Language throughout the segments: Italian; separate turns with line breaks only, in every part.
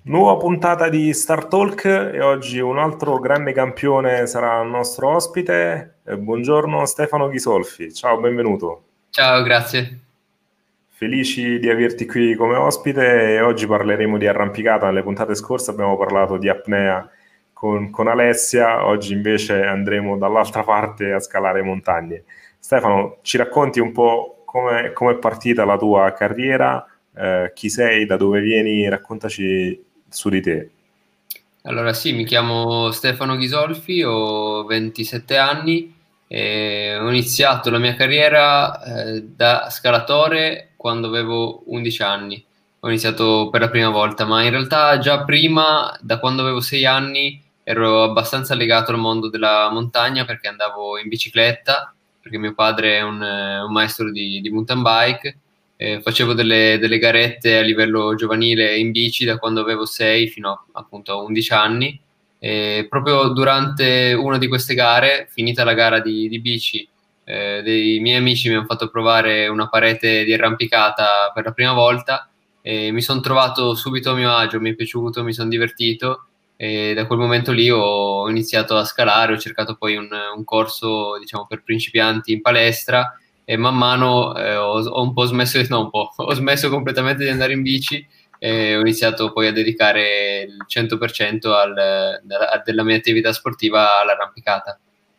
Nuova puntata di Star Talk e oggi un altro grande campione sarà il nostro ospite. Buongiorno Stefano Ghisolfi, ciao, benvenuto.
Ciao, grazie.
Felici di averti qui come ospite e oggi parleremo di arrampicata. Nelle puntate scorse abbiamo parlato di apnea con Alessia, oggi invece andremo dall'altra parte a scalare montagne. Stefano, ci racconti un po' come è partita la tua carriera, chi sei, da dove vieni, raccontaci su di te.
Allora sì, mi chiamo Stefano Ghisolfi, ho 27 anni e ho iniziato la mia carriera da scalatore quando avevo 11 anni. Ho iniziato per la prima volta, ma in realtà già prima, da quando avevo 6 anni, ero abbastanza legato al mondo della montagna perché andavo in bicicletta, perché mio padre è un maestro di mountain bike. Facevo delle garette a livello giovanile in bici da quando avevo 6 fino appunto a 11 anni. E proprio durante una di queste gare, finita la gara di bici, dei miei amici mi hanno fatto provare una parete di arrampicata per la prima volta e mi sono trovato subito a mio agio, mi è piaciuto, mi sono divertito e da quel momento lì ho iniziato a scalare, ho cercato poi un corso, diciamo, per principianti in palestra e man mano ho un po' smesso, no, un po', ho smesso completamente di andare in bici e ho iniziato poi a dedicare il 100% della mia attività sportiva all'arrampicata.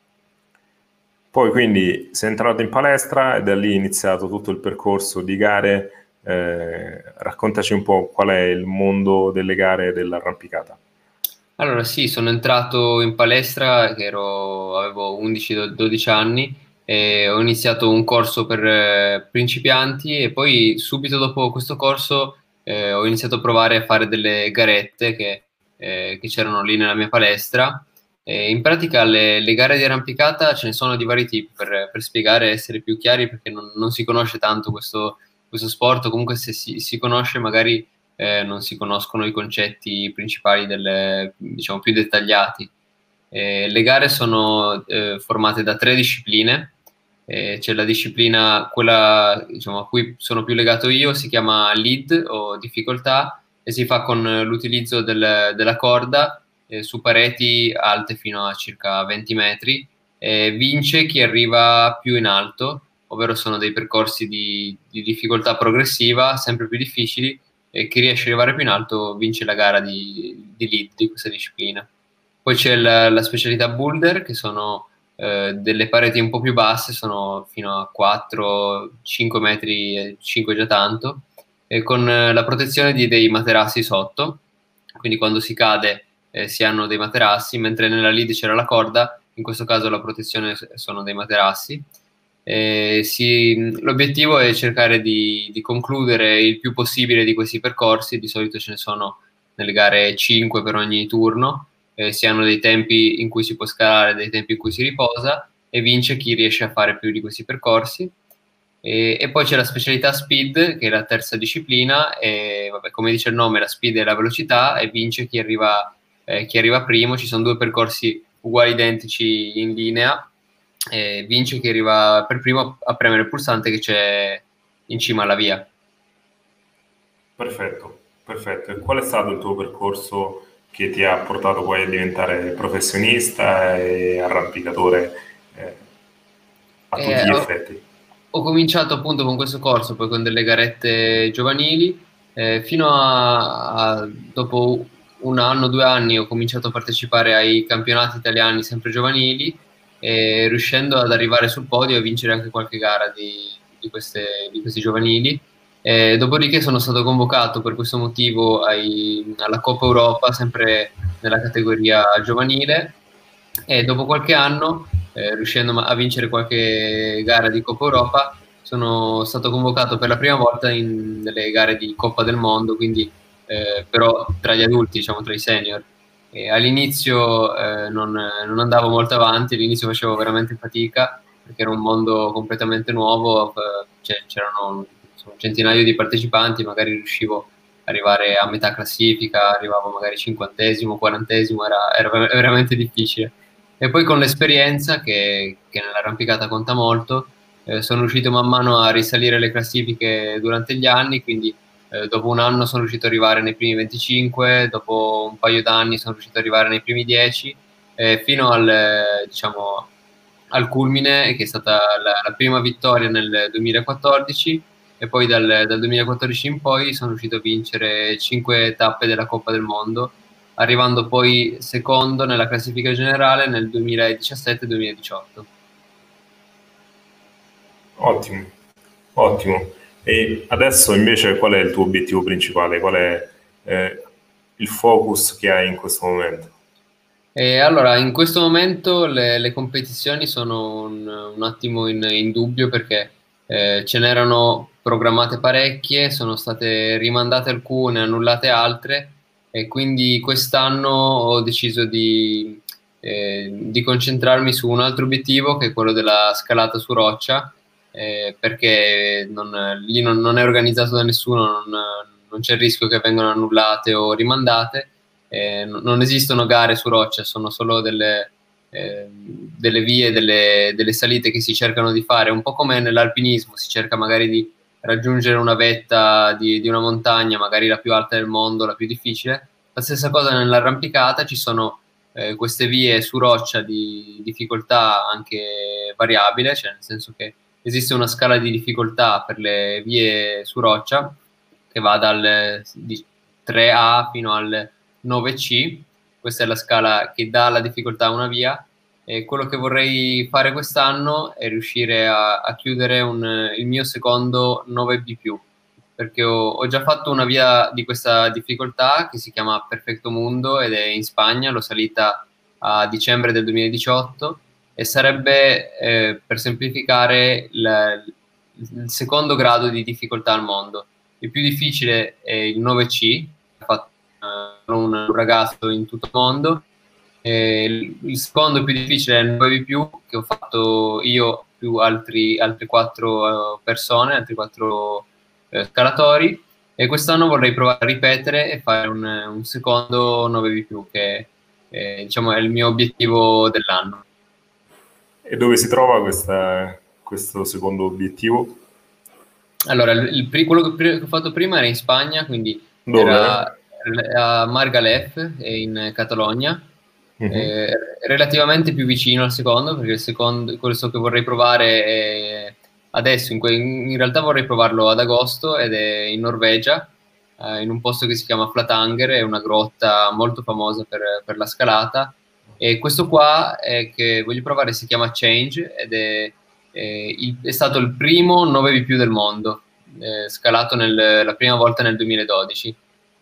Poi quindi sei entrato in palestra e da lì è iniziato tutto il percorso di gare. Raccontaci un po' qual è il mondo delle gare dell'arrampicata.
Allora sì, sono entrato in palestra avevo 11-12 anni e ho iniziato un corso per principianti e poi subito dopo questo corso ho iniziato a provare a fare delle garette che c'erano lì nella mia palestra. E in pratica le gare di arrampicata ce ne sono di vari tipi per spiegare e essere più chiari perché non si conosce tanto questo sport, o comunque se si conosce magari non si conoscono i concetti principali diciamo, più dettagliati. Le gare sono formate da tre discipline. C'è la disciplina, quella diciamo, a cui sono più legato io, si chiama lead o difficoltà e si fa con l'utilizzo della corda su pareti alte fino a circa 20 metri. Vince chi arriva più in alto, ovvero sono dei percorsi di difficoltà progressiva, sempre più difficili, e chi riesce ad arrivare più in alto vince la gara di lead di questa disciplina. Poi c'è la specialità boulder, che sono delle pareti un po' più basse, sono fino a 4-5 metri, 5 già tanto, e con la protezione di dei materassi sotto, quindi quando si cade si hanno dei materassi, mentre nella lead c'era la corda, in questo caso la protezione sono dei materassi. L'obiettivo è cercare di concludere il più possibile di questi percorsi, di solito ce ne sono nelle gare 5 per ogni turno, si hanno dei tempi in cui si può scalare, dei tempi in cui si riposa e vince chi riesce a fare più di questi percorsi. E poi c'è la specialità speed, che è la terza disciplina, e vabbè, come dice il nome, la speed è la velocità e vince chi arriva primo. Ci sono due percorsi uguali identici in linea e vince chi arriva per primo a premere il pulsante che c'è in cima alla via.
Perfetto, perfetto. E qual è stato il tuo percorso che ti ha portato poi a diventare professionista e arrampicatore a tutti
Eh,
gli
ho,
effetti?
ho cominciato appunto con questo corso, poi con delle garette giovanili, fino dopo un anno, 2 anni ho cominciato a partecipare ai campionati italiani sempre giovanili, riuscendo ad arrivare sul podio e a vincere anche qualche gara di questi giovanili. Dopodiché sono stato convocato per questo motivo alla Coppa Europa, sempre nella categoria giovanile, e dopo qualche anno, riuscendo a vincere qualche gara di Coppa Europa, sono stato convocato per la prima volta in delle gare di Coppa del Mondo, quindi però tra gli adulti, diciamo tra i senior. E all'inizio non andavo molto avanti, all'inizio facevo veramente fatica perché era un mondo completamente nuovo, c'erano insomma, un centinaio di partecipanti, magari riuscivo ad arrivare a metà classifica, arrivavo magari cinquantesimo, quarantesimo, era veramente difficile. E poi con l'esperienza, che nell'arrampicata conta molto, sono riuscito man mano a risalire le classifiche durante gli anni, quindi dopo un anno sono riuscito ad arrivare nei primi 25, dopo un paio d'anni sono riuscito ad arrivare nei primi 10, fino diciamo, al culmine, che è stata la prima vittoria nel 2014, e poi dal 2014 in poi sono riuscito a vincere 5 tappe della Coppa del Mondo, arrivando poi secondo nella classifica generale nel 2017-2018.
Ottimo, ottimo. E adesso invece qual è il tuo obiettivo principale? Qual è il focus che hai in questo momento?
E allora, in questo momento le competizioni sono un attimo in dubbio, perché ce n'erano programmate parecchie, sono state rimandate alcune, annullate altre, e quindi quest'anno ho deciso di concentrarmi su un altro obiettivo, che è quello della scalata su roccia, perché lì non è organizzato da nessuno, non c'è il rischio che vengano annullate o rimandate. Non esistono gare su roccia, sono solo delle vie, delle salite che si cercano di fare, un po' come nell'alpinismo, si cerca magari di raggiungere una vetta di una montagna, magari la più alta del mondo, la più difficile. La stessa cosa nell'arrampicata, ci sono queste vie su roccia di difficoltà anche variabile, cioè nel senso che esiste una scala di difficoltà per le vie su roccia che va di 3A fino al 9C. Questa è la scala che dà la difficoltà a una via, e quello che vorrei fare quest'anno è riuscire a chiudere il mio secondo 9B+, perché ho già fatto una via di questa difficoltà che si chiama Perfecto Mundo ed è in Spagna, l'ho salita a dicembre del 2018, e sarebbe, per semplificare, il secondo grado di difficoltà al mondo. Il più difficile è il 9C, ha fatto un ragazzo in tutto il mondo. Il secondo più difficile è il 9V+, che ho fatto io più altre 4 persone, altri 4 scalatori, e quest'anno vorrei provare a ripetere e fare un secondo 9V+, che diciamo, è il mio obiettivo dell'anno.
E dove si trova questo secondo obiettivo?
Allora, quello che ho fatto prima era in Spagna, quindi era
Dove?
a Margalef, in Catalogna,
Mhm.
relativamente più vicino al secondo, perché il secondo, questo che vorrei provare è adesso, in realtà vorrei provarlo ad agosto, ed è in Norvegia, in un posto che si chiama Flatanger, è una grotta molto famosa per la scalata, e questo qua che voglio provare si chiama Change, ed è stato il primo 9V+ del mondo, scalato la prima volta nel 2012.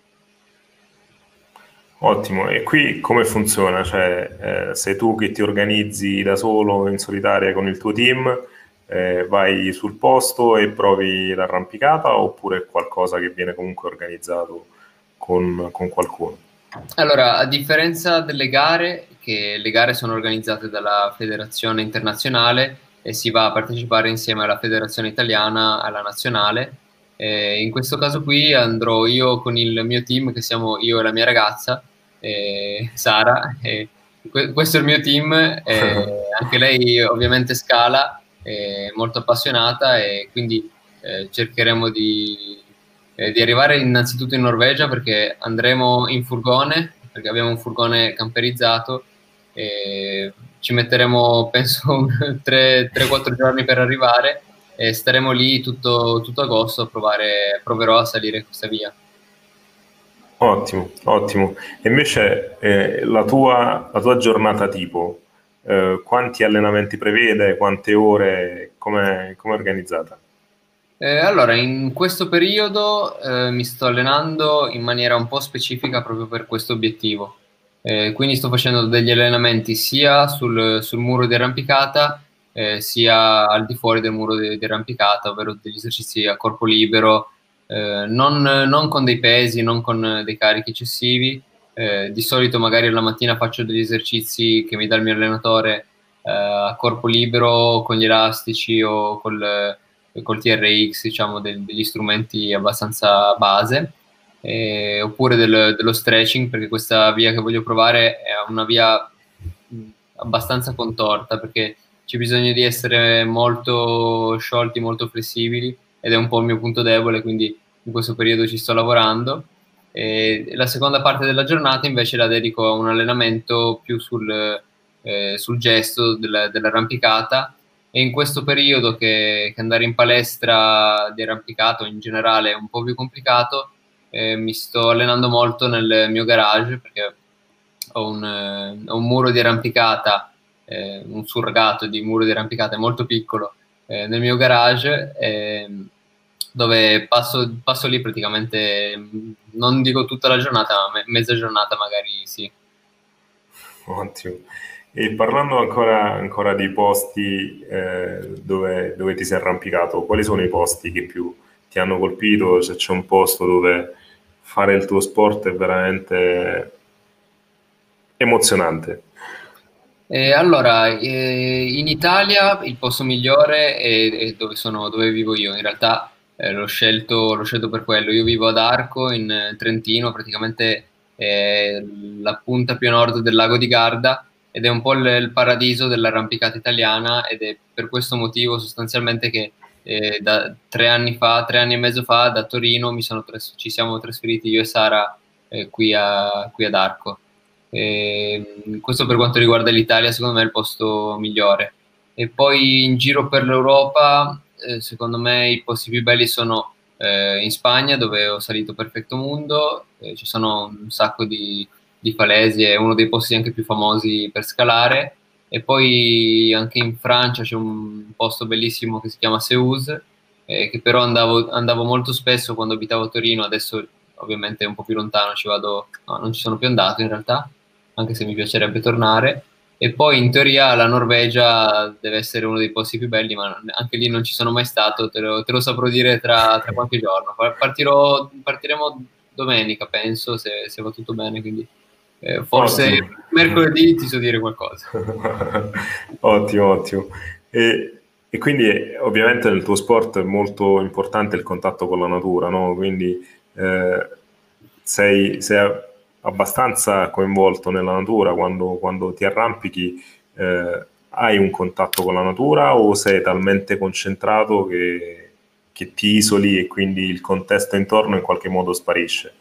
Ottimo, e qui come funziona? Cioè, sei tu che ti organizzi da solo, in solitaria con il tuo team, vai sul posto e provi l'arrampicata, oppure è qualcosa che viene comunque organizzato con qualcuno?
Allora, a differenza delle gare, che le gare sono organizzate dalla federazione internazionale e si va a partecipare insieme alla federazione italiana, alla nazionale, in questo caso qui andrò io con il mio team, che siamo io e la mia ragazza, Sara. Questo è il mio team, anche lei ovviamente scala, è molto appassionata, e quindi cercheremo di arrivare innanzitutto in Norvegia, perché andremo in furgone, perché abbiamo un furgone camperizzato, e ci metteremo penso 3-4 giorni per arrivare, e staremo lì tutto agosto proverò a salire questa via.
Ottimo, ottimo. E invece la tua giornata tipo, quanti allenamenti prevede, quante ore, come è organizzata?
Allora, in questo periodo mi sto allenando in maniera un po' specifica proprio per questo obiettivo. Quindi sto facendo degli allenamenti sia sul muro di arrampicata, sia al di fuori del muro di arrampicata, ovvero degli esercizi a corpo libero, non con dei pesi, non con dei carichi eccessivi. Di solito magari la mattina faccio degli esercizi che mi dà il mio allenatore, a corpo libero, con gli elastici o col TRX, diciamo, degli strumenti abbastanza base, oppure dello stretching, perché questa via che voglio provare è una via abbastanza contorta, perché c'è bisogno di essere molto sciolti, molto flessibili, ed è un po' il mio punto debole, quindi in questo periodo ci sto lavorando. E la seconda parte della giornata invece la dedico a un allenamento più sul gesto dell'arrampicata, e in questo periodo che andare in palestra di arrampicato in generale è un po' più complicato, mi sto allenando molto nel mio garage perché ho un muro di arrampicata, un surrogato di muro di arrampicata molto piccolo nel mio garage, dove passo lì praticamente, non dico tutta la giornata, ma mezza giornata magari sì.
Ottimo. E parlando ancora di posti dove ti sei arrampicato, quali sono i posti che più ti hanno colpito? Se c'è un posto dove fare il tuo sport è veramente emozionante.
Allora, in Italia il posto migliore è dove vivo io. In realtà l'ho scelto per quello. Io vivo ad Arco, in Trentino, praticamente la punta più a nord del lago di Garda, ed è un po' il paradiso dell'arrampicata italiana, ed è per questo motivo sostanzialmente che da 3 anni fa, 3 anni e mezzo fa, da Torino ci siamo trasferiti io e Sara qui ad Arco. Questo per quanto riguarda l'Italia, secondo me è il posto migliore. E poi in giro per l'Europa, secondo me i posti più belli sono in Spagna, dove ho salito Perfetto Mundo, ci sono un sacco di falesi, è uno dei posti anche più famosi per scalare. E poi anche in Francia c'è un posto bellissimo che si chiama Seuse, che però andavo molto spesso quando abitavo a Torino. Adesso ovviamente è un po' più lontano, no, non ci sono più andato in realtà, anche se mi piacerebbe tornare. E poi in teoria la Norvegia deve essere uno dei posti più belli, ma anche lì non ci sono mai stato, te lo saprò dire tra qualche giorno. Partiremo domenica, penso, se va tutto bene, quindi forse
Ottimo.
mercoledì ti so dire qualcosa.
Ottimo, ottimo. E quindi ovviamente nel tuo sport è molto importante il contatto con la natura, no? Quindi eh, sei abbastanza coinvolto nella natura quando ti arrampichi, hai un contatto con la natura o sei talmente concentrato che ti isoli e quindi il contesto intorno in qualche modo sparisce?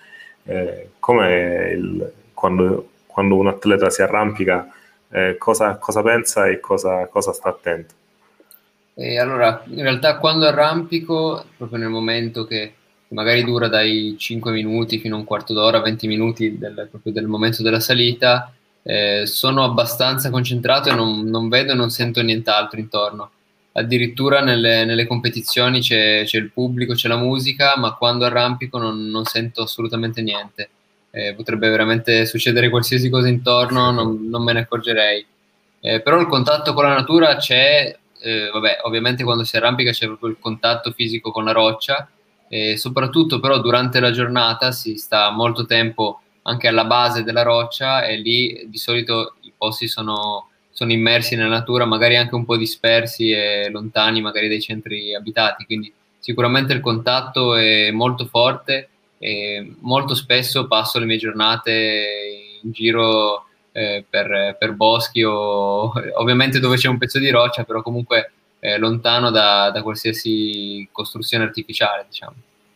Com'è quando un atleta si arrampica, cosa pensa e cosa sta attento?
E allora, in realtà quando arrampico, proprio nel momento che magari dura dai 5 minuti fino a un quarto d'ora, 20 minuti proprio del momento della salita, sono abbastanza concentrato e non vedo e non sento nient'altro intorno. Addirittura nelle competizioni c'è il pubblico, c'è la musica, ma quando arrampico non sento assolutamente niente. Potrebbe veramente succedere qualsiasi cosa intorno, non me ne accorgerei. Però il contatto con la natura c'è, vabbè, ovviamente quando si arrampica c'è proprio il contatto fisico con la roccia, e soprattutto però durante la giornata si sta molto tempo anche alla base della roccia, e lì di solito i posti sono immersi nella natura, magari anche un po' dispersi e lontani magari dai centri abitati, quindi sicuramente il contatto è molto forte, e molto spesso passo le mie giornate in giro per boschi o ovviamente dove c'è un pezzo di roccia, però comunque lontano da qualsiasi costruzione artificiale, diciamo.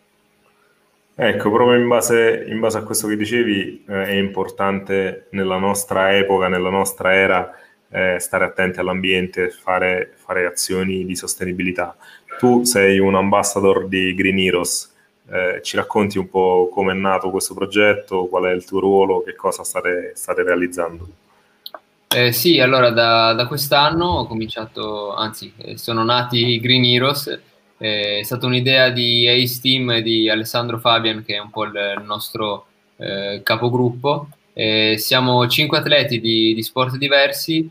Ecco, proprio in base a questo che dicevi, è importante nella nostra epoca, nella nostra era, stare attenti all'ambiente, fare azioni di sostenibilità. Tu sei un ambassador di Green Heroes, ci racconti un po' come è nato questo progetto, qual è il tuo ruolo, che cosa state realizzando?
Sì, allora da quest'anno ho cominciato, anzi, sono nati i Green Heroes, è stata un'idea di Ace Team e di Alessandro Fabian, che è un po' il nostro capogruppo. Siamo 5 atleti di sport diversi,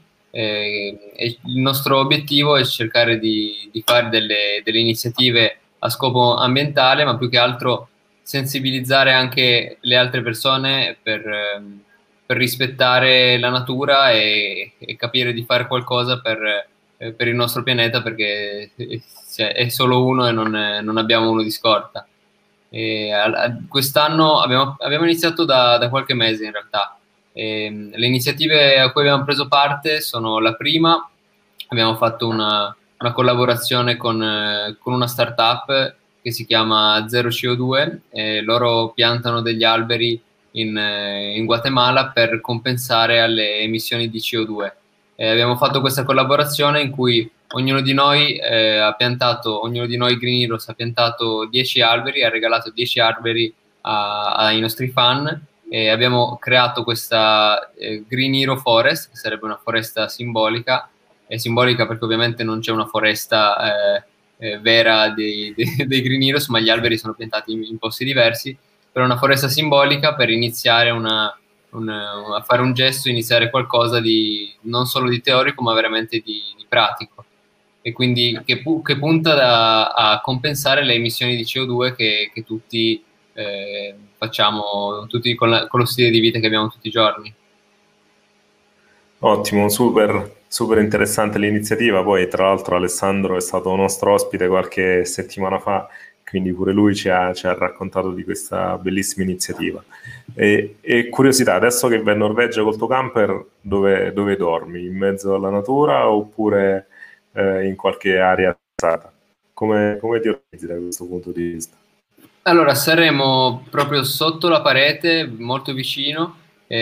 e il nostro obiettivo è cercare di fare delle iniziative a scopo ambientale, ma più che altro sensibilizzare anche le altre persone per rispettare la natura e capire di fare qualcosa per il nostro pianeta, perché è solo uno e non abbiamo uno di scorta. Quest'anno abbiamo iniziato da qualche mese in realtà. Le iniziative a cui abbiamo preso parte sono: la prima, abbiamo fatto una collaborazione con una startup che si chiama Zero CO2, loro piantano degli alberi in Guatemala per compensare alle emissioni di CO2. Abbiamo fatto questa collaborazione in cui ognuno di noi ognuno di noi Green Heroes ha piantato 10 alberi, ha regalato 10 alberi ai nostri fan, e abbiamo creato questa Green Hero Forest, che sarebbe una foresta simbolica. È simbolica perché ovviamente non c'è una foresta vera dei Green Heroes, ma gli alberi sono piantati in posti diversi, però una foresta simbolica per iniziare a fare un gesto, iniziare qualcosa di non solo di teorico, ma veramente di pratico. E quindi che punta a compensare le emissioni di CO2 che tutti facciamo, tutti con lo stile di vita che abbiamo tutti i giorni.
Ottimo, super, super interessante l'iniziativa. Poi, tra l'altro, Alessandro è stato nostro ospite qualche settimana fa, quindi pure lui ci ha raccontato di questa bellissima iniziativa. E curiosità, adesso che vai in Norvegia col tuo camper, dove dormi? In mezzo alla natura oppure in qualche area stata? Come ti organizzi da questo punto di vista?
Allora, saremo proprio sotto la parete, molto vicino,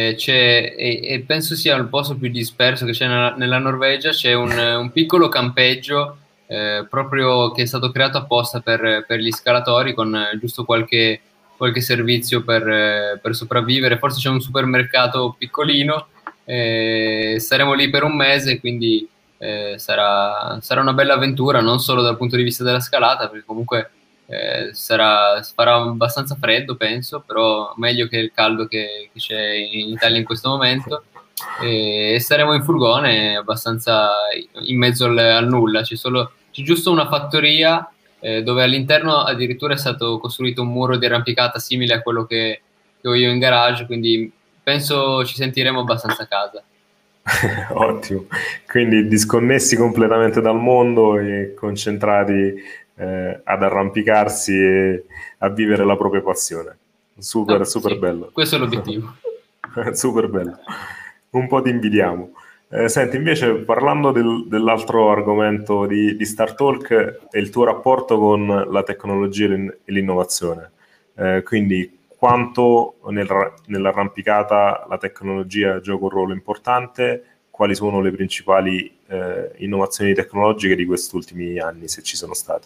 e penso sia il posto più disperso che c'è nella Norvegia. C'è un piccolo campeggio proprio che è stato creato apposta per gli scalatori, con giusto qualche servizio per sopravvivere. Forse c'è un supermercato piccolino, saremo lì per un mese, quindi sarà una bella avventura, non solo dal punto di vista della scalata, perché comunque farà abbastanza freddo, penso, però meglio che il caldo che c'è in Italia in questo momento. E staremo in furgone abbastanza in mezzo al nulla. C'è giusto una fattoria dove all'interno addirittura è stato costruito un muro di arrampicata simile a quello che ho io in garage, quindi penso ci sentiremo abbastanza a casa.
Ottimo, quindi disconnessi completamente dal mondo e concentrati ad arrampicarsi e a vivere la propria passione. Super,
Ah,
super
sì,
bello.
questo è l'obiettivo.
Super bello. Un po' ti invidiamo. Senti, invece, parlando dell'altro argomento di Star Talk, è il tuo rapporto con la tecnologia e l'innovazione. Quindi, quanto nell'arrampicata la tecnologia gioca un ruolo importante, quali sono le principali innovazioni tecnologiche di questi ultimi anni, se ci sono state?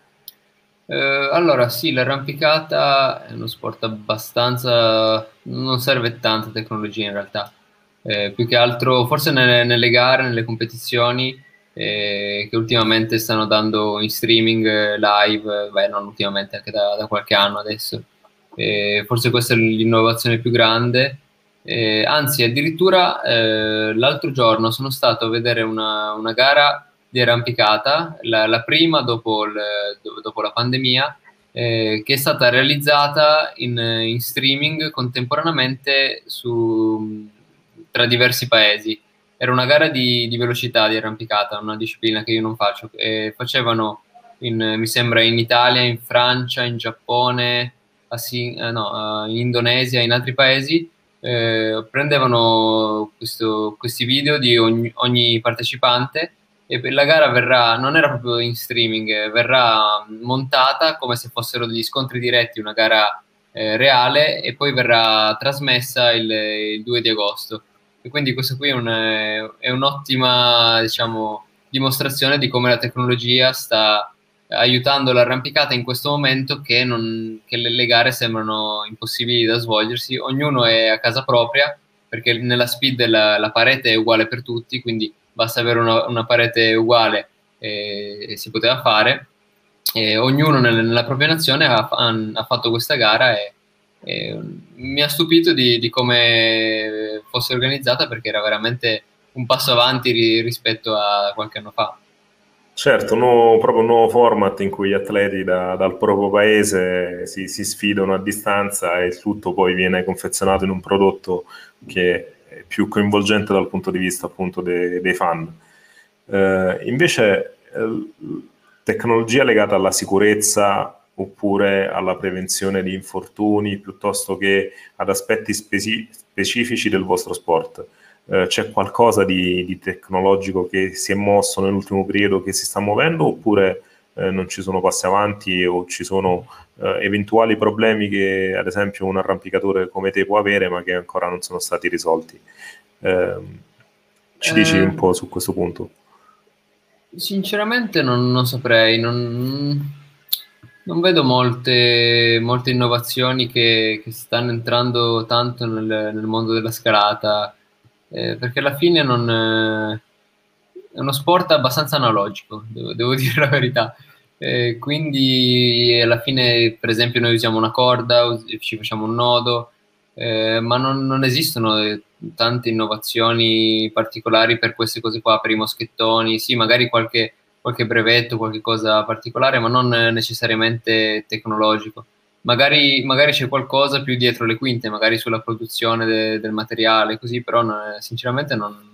Allora, sì, l'arrampicata è uno sport abbastanza. Non serve tanta tecnologia in realtà. Più che altro, forse nelle gare, nelle competizioni che ultimamente stanno dando in streaming live, beh, non ultimamente, anche da qualche anno adesso. Forse questa è l'innovazione più grande. Anzi, addirittura l'altro giorno sono stato a vedere una gara di arrampicata, la prima dopo la pandemia, che è stata realizzata in streaming contemporaneamente tra diversi paesi. Era una gara di velocità di arrampicata, una disciplina che io non faccio. Facevano, mi sembra, in Italia, in Francia, in Giappone, no, in Indonesia, in altri paesi. Prendevano questi video di ogni partecipante, e la gara non era proprio in streaming, verrà montata come se fossero degli scontri diretti, una gara reale, e poi verrà trasmessa il 2 di agosto. E quindi questo qui è un'ottima, diciamo, dimostrazione di come la tecnologia sta aiutando l'arrampicata in questo momento che le gare sembrano impossibili da svolgersi. Ognuno è a casa propria, perché nella speed la parete è uguale per tutti, quindi basta avere una parete uguale e si poteva fare. E ognuno nella propria nazione ha fatto questa gara, e mi ha stupito di come fosse organizzata, perché era veramente un passo avanti rispetto a qualche anno fa.
Certo, proprio un nuovo format in cui gli atleti dal proprio paese si sfidano a distanza e il tutto poi viene confezionato in un prodotto che è più coinvolgente dal punto di vista appunto dei fan. Invece, tecnologia legata alla sicurezza oppure alla prevenzione di infortuni piuttosto che ad aspetti specifici del vostro sport. C'è qualcosa di tecnologico che si è mosso nell'ultimo periodo, che si sta muovendo, oppure non ci sono passi avanti o ci sono eventuali problemi che ad esempio un arrampicatore come te può avere ma che ancora non sono stati risolti. Ci dici un po' su questo punto?
Sinceramente non saprei, non vedo molte innovazioni che stanno entrando tanto nel mondo della scalata, perché alla fine è uno sport abbastanza analogico, devo dire la verità. Quindi alla fine, per esempio, noi usiamo una corda, ci facciamo un nodo, ma non esistono tante innovazioni particolari per queste cose qua, per i moschettoni. Sì, magari qualche brevetto, qualche cosa particolare, ma non necessariamente tecnologico. Magari c'è qualcosa più dietro le quinte, magari sulla produzione del materiale, così, però sinceramente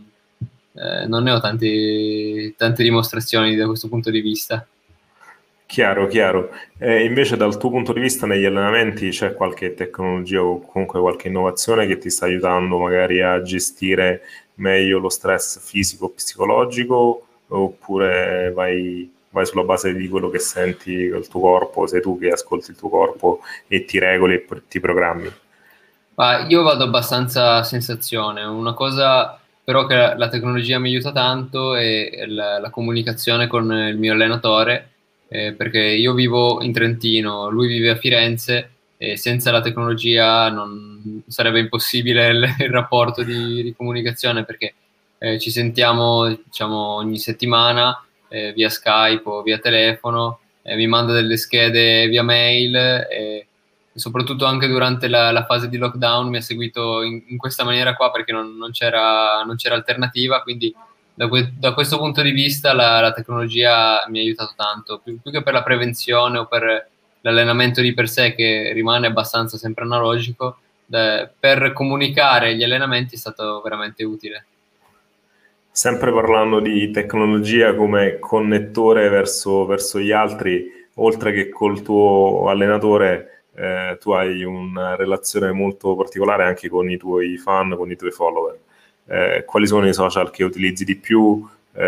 non ne ho tante dimostrazioni da questo punto di vista.
Chiaro, chiaro. Invece dal tuo punto di vista negli allenamenti c'è qualche tecnologia o comunque qualche innovazione che ti sta aiutando magari a gestire meglio lo stress fisico o psicologico, oppure vai sulla base di quello che senti il tuo corpo, sei tu che ascolti il tuo corpo e ti regoli e ti programmi?
Ma io vado abbastanza a sensazione. Una cosa però che la tecnologia mi aiuta tanto è la comunicazione con il mio allenatore, perché io vivo in Trentino, lui vive a Firenze e senza la tecnologia non sarebbe impossibile il rapporto di comunicazione perché ci sentiamo, diciamo, ogni settimana via Skype o via telefono, mi manda delle schede via mail. Soprattutto anche durante la fase di lockdown mi ha seguito in questa maniera qua perché non c'era alternativa, quindi da questo punto di vista la tecnologia mi ha aiutato tanto, più che per la prevenzione o per l'allenamento di per sé che rimane abbastanza sempre analogico, per comunicare gli allenamenti è stato veramente utile.
Sempre parlando di tecnologia come connettore verso gli altri, oltre che col tuo allenatore, tu hai una relazione molto particolare anche con i tuoi fan, con i tuoi follower. Quali sono i social che utilizzi di più?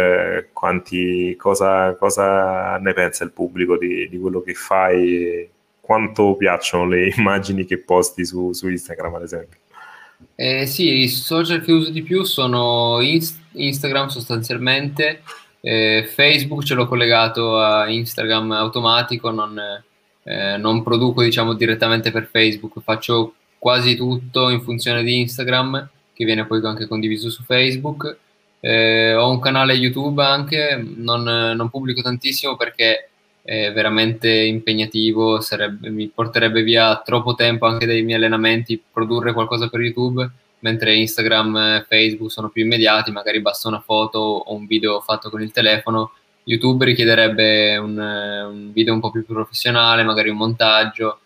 Cosa ne pensa il pubblico di quello che fai? Quanto piacciono le immagini che posti su Instagram, ad esempio?
Sì, i social che uso di più sono Instagram sostanzialmente, Facebook ce l'ho collegato a Instagram automatico, non produco diciamo direttamente per Facebook, faccio quasi tutto in funzione di Instagram, che viene poi anche condiviso su Facebook. Ho un canale YouTube anche, non pubblico tantissimo perché è veramente impegnativo, mi porterebbe via troppo tempo anche dai miei allenamenti produrre qualcosa per YouTube, mentre Instagram e Facebook sono più immediati, magari basta una foto o un video fatto con il telefono. YouTube richiederebbe un video un po' più professionale, magari un montaggio,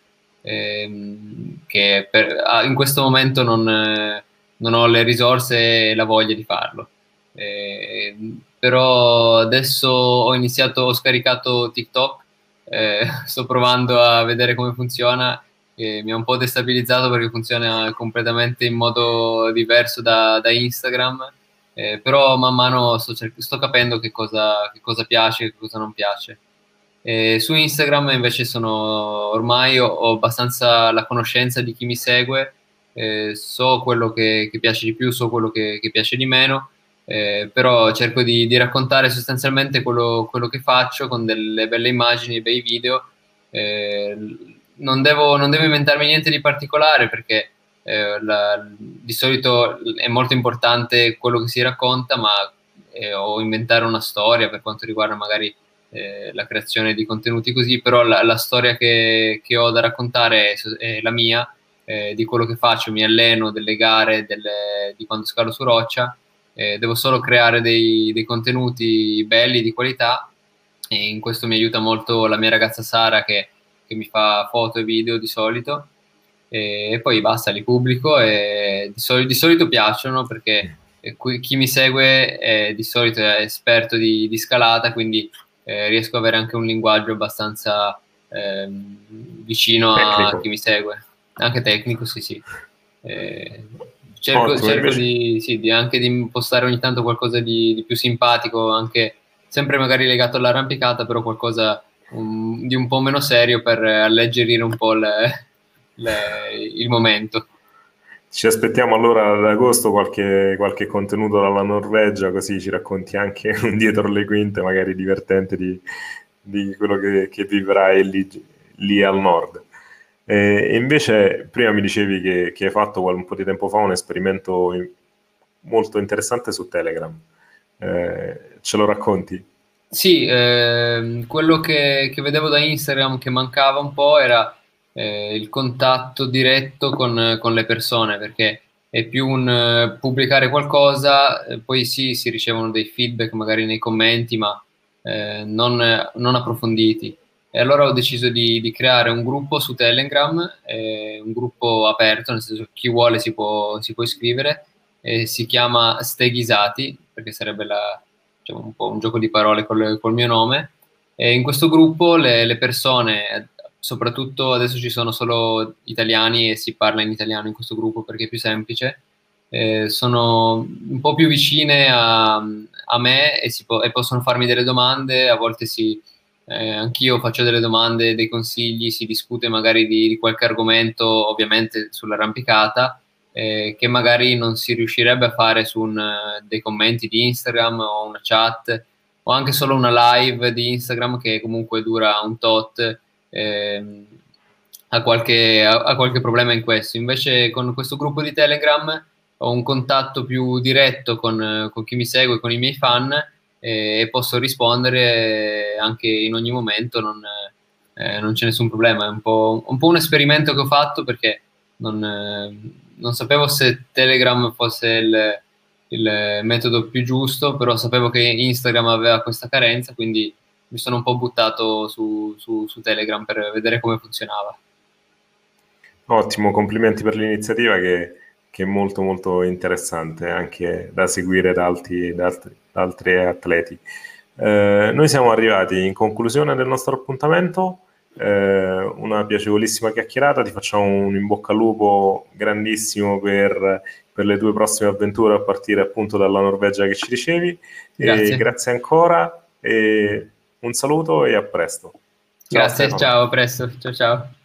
che in questo momento non ho le risorse e la voglia di farlo. Eh, Però adesso ho scaricato TikTok, sto provando a vedere come funziona e mi ha un po' destabilizzato perché funziona completamente in modo diverso da Instagram, però man mano sto capendo che cosa piace e che cosa non piace. Su Instagram invece ormai ho abbastanza la conoscenza di chi mi segue, so quello che piace di più, so quello che piace di meno, però cerco di raccontare sostanzialmente quello che faccio con delle belle immagini, bei video. Eh, non devo inventarmi niente di particolare perché di solito è molto importante quello che si racconta, ma o inventare una storia per quanto riguarda magari la creazione di contenuti così, però la storia che ho da raccontare è la mia, di quello che faccio, mi alleno, delle gare, di quando scalo su roccia, devo solo creare dei contenuti belli, di qualità, e in questo mi aiuta molto la mia ragazza Sara che mi fa foto e video di solito, e poi basta, li pubblico e di solito piacciono perché chi mi segue di solito è esperto di scalata, quindi riesco ad avere anche un linguaggio abbastanza vicino a
Tecnico.
chi mi segue, anche tecnico, sì, sì. Eh,
Ottimo,
cerco
invece.
sì, anche di impostare ogni tanto qualcosa di più simpatico, anche sempre magari legato all'arrampicata, però qualcosa di un po' meno serio per alleggerire un po' il momento.
Ci aspettiamo allora ad agosto qualche contenuto dalla Norvegia, così ci racconti anche un dietro le quinte, magari divertente, di quello che vivrai lì al nord. E invece, prima mi dicevi che hai fatto un po' di tempo fa un esperimento molto interessante su Telegram. Ce lo racconti?
Sì, quello che vedevo da Instagram che mancava un po' era il contatto diretto con le persone, perché è più un pubblicare qualcosa, poi sì, si ricevono dei feedback magari nei commenti, ma non approfonditi. E allora ho deciso di creare un gruppo su Telegram, un gruppo aperto, nel senso che chi vuole si può iscrivere, si chiama Steghisati, perché sarebbe diciamo, un po' un gioco di parole col mio nome. E in questo gruppo le persone, soprattutto adesso ci sono solo italiani e si parla in italiano in questo gruppo perché è più semplice, sono un po' più vicine a me e possono farmi delle domande, a volte anch'io faccio delle domande, dei consigli, si discute magari di qualche argomento, ovviamente sull'arrampicata, che magari non si riuscirebbe a fare su dei commenti di Instagram o una chat o anche solo una live di Instagram che comunque dura un tot, ehm, ha qualche problema in questo. Invece con questo gruppo di Telegram ho un contatto più diretto con chi mi segue, con i miei fan e posso rispondere anche in ogni momento, non c'è nessun problema. È un po' un esperimento che ho fatto perché non sapevo se Telegram fosse il metodo più giusto, però sapevo che Instagram aveva questa carenza, quindi mi sono un po' buttato su Telegram per vedere come funzionava.
Ottimo, complimenti per l'iniziativa che è molto molto interessante anche da seguire da altri atleti. Noi siamo arrivati in conclusione del nostro appuntamento, una piacevolissima chiacchierata, ti facciamo un in bocca al lupo grandissimo per le tue prossime avventure a partire appunto dalla Norvegia che ci dicevi, e
Grazie.
grazie ancora, e un saluto e a presto. Ciao
Grazie,
Stefano.
ciao, a presto. Ciao ciao.